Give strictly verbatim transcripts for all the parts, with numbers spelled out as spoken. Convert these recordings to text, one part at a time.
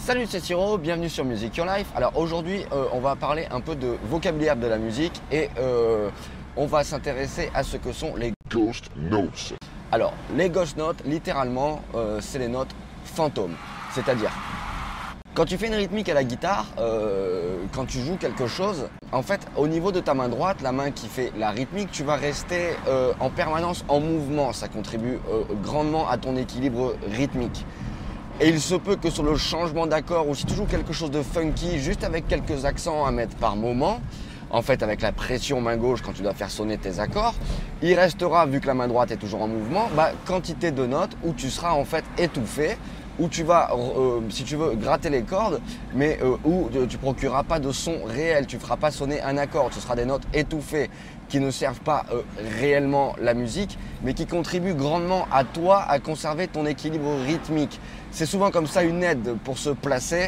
Salut, c'est Siro, bienvenue sur Music Your Life. Alors aujourd'hui, euh, on va parler un peu de vocabulaire de la musique et euh, on va s'intéresser à ce que sont les Ghost Notes. Alors, les ghost notes, littéralement, euh, c'est les notes fantômes. C'est-à-dire, quand tu fais une rythmique à la guitare, euh, quand tu joues quelque chose, en fait, au niveau de ta main droite, la main qui fait la rythmique, tu vas rester euh, en permanence en mouvement. Ça contribue euh, grandement à ton équilibre rythmique. Et il se peut que sur le changement d'accord, ou si tu joues quelque chose de funky, juste avec quelques accents à mettre par moment, en fait avec la pression main gauche quand tu dois faire sonner tes accords, il restera, vu que la main droite est toujours en mouvement, bah, quantité de notes où tu seras en fait étouffé, où tu vas, euh, si tu veux, gratter les cordes, mais euh, où tu ne procureras pas de son réel, tu ne feras pas sonner un accord, ce sera des notes étouffées qui ne servent pas euh, réellement la musique, mais qui contribuent grandement à toi à conserver ton équilibre rythmique. C'est souvent comme ça une aide pour se placer,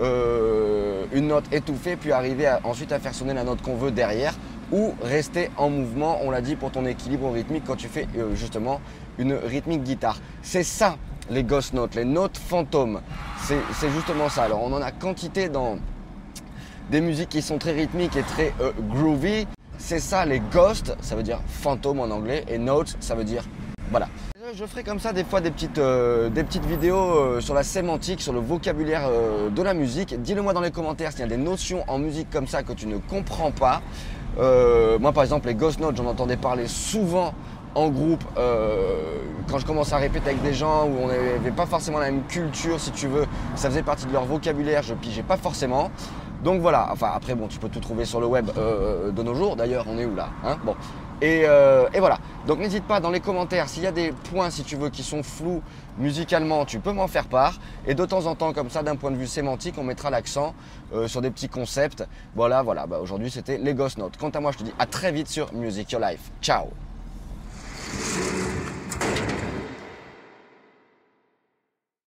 euh, une note étouffée, puis arriver à, ensuite à faire sonner la note qu'on veut derrière, ou rester en mouvement, on l'a dit, pour ton équilibre rythmique quand tu fais euh, justement une rythmique guitare. C'est ça les ghost notes, les notes fantômes, c'est justement ça. Alors on en a quantité dans des musiques qui sont très rythmiques et très euh, groovy. C'est ça les ghosts, ça veut dire fantôme en anglais, et notes, ça veut dire voilà. Je ferai comme ça des fois des petites, euh, des petites vidéos euh, sur la sémantique, sur le vocabulaire euh, de la musique. Dis-le moi dans les commentaires s'il y a des notions en musique comme ça que tu ne comprends pas. Euh, moi par exemple les ghost notes, j'en entendais parler souvent en groupe euh, quand je commence à répéter avec des gens où on n'avait pas forcément la même culture, si tu veux, ça faisait partie de leur vocabulaire, je pigeais pas forcément. Donc voilà, enfin après bon, tu peux tout trouver sur le web euh, de nos jours. D'ailleurs, on est où là, hein? Bon. Et, euh, et voilà, donc n'hésite pas dans les commentaires, s'il y a des points, si tu veux, qui sont flous musicalement, tu peux m'en faire part. Et de temps en temps, comme ça, d'un point de vue sémantique, on mettra l'accent euh, sur des petits concepts. Voilà, voilà, bah, aujourd'hui c'était les ghost notes. Quant à moi, je te dis à très vite sur Music Your Life. Ciao!